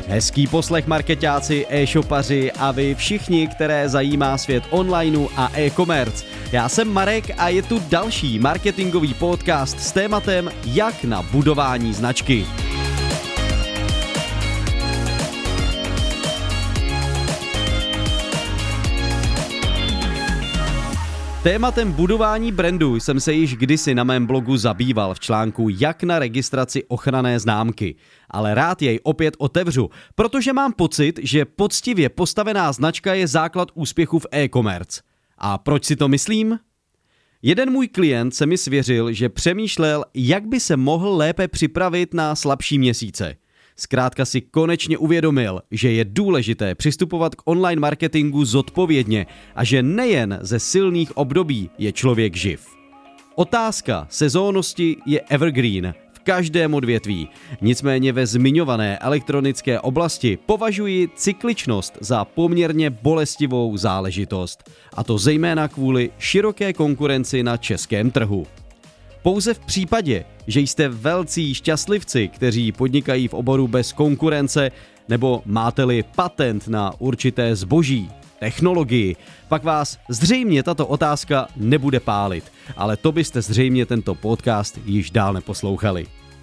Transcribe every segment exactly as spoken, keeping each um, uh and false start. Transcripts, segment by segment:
Hezký poslech markeťáci, e-shopaři a vy všichni, které zajímá svět onlineu a e-commerce. Já jsem Marek a je tu další marketingový podcast s tématem jak na budování značky. Tématem budování brandu jsem se již kdysi na mém blogu zabýval v článku Jak na registraci ochranné známky, ale rád jej opět otevřu, protože mám pocit, že poctivě postavená značka je základ úspěchu v e-commerce. A proč si to myslím? Jeden můj klient se mi svěřil, že přemýšlel, jak by se mohl lépe připravit na slabší měsíce. Zkrátka si konečně uvědomil, že je důležité přistupovat k online marketingu zodpovědně a že nejen ze silných období je člověk živ. Otázka sezónnosti je evergreen v každém odvětví, nicméně ve zmiňované elektronické oblasti považuji cykličnost za poměrně bolestivou záležitost, a to zejména kvůli široké konkurenci na českém trhu. Pouze v případě, že jste velcí šťastlivci, kteří podnikají v oboru bez konkurence, nebo máte-li patent na určité zboží, technologii, pak vás zřejmě tato otázka nebude pálit, ale to byste zřejmě tento podcast již dál neposlouchali.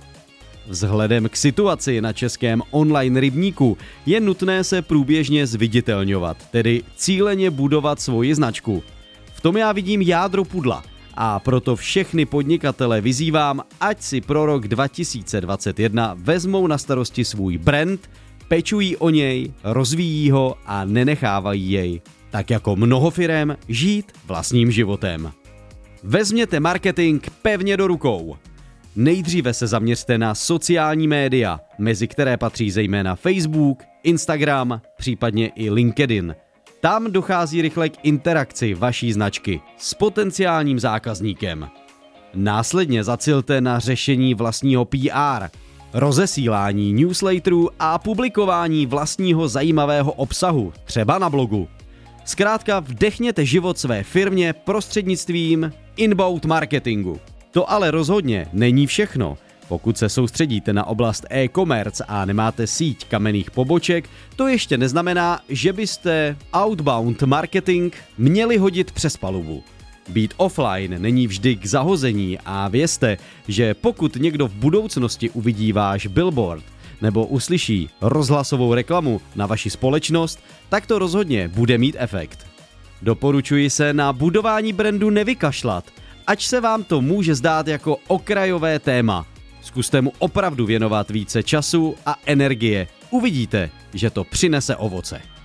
Vzhledem k situaci na českém online rybníku je nutné se průběžně zviditelňovat, tedy cíleně budovat svoji značku. V tom já vidím jádro pudla. A proto všechny podnikatele vyzývám, ať si pro rok dva tisíce dvacet jedna vezmou na starosti svůj brand, pečují o něj, rozvíjí ho a nenechávají jej, tak jako mnoho firem, žít vlastním životem. Vezměte marketing pevně do rukou. Nejdříve se zaměřte na sociální média, mezi které patří zejména Facebook, Instagram, případně i LinkedIn. Tam dochází rychle k interakci vaší značky s potenciálním zákazníkem. Následně zacílte na řešení vlastního P R, rozesílání newsletterů a publikování vlastního zajímavého obsahu, třeba na blogu. Zkrátka vdechněte život své firmě prostřednictvím inbound marketingu. To ale rozhodně není všechno. Pokud se soustředíte na oblast e-commerce a nemáte síť kamenných poboček, to ještě neznamená, že byste outbound marketing měli hodit přes palubu. Být offline není vždy k zahození a vězte, že pokud někdo v budoucnosti uvidí váš billboard nebo uslyší rozhlasovou reklamu na vaši společnost, tak to rozhodně bude mít efekt. Doporučuji se na budování brandu nevykašlat, ač se vám to může zdát jako okrajové téma. Zkuste mu opravdu věnovat více času a energie. Uvidíte, že to přinese ovoce.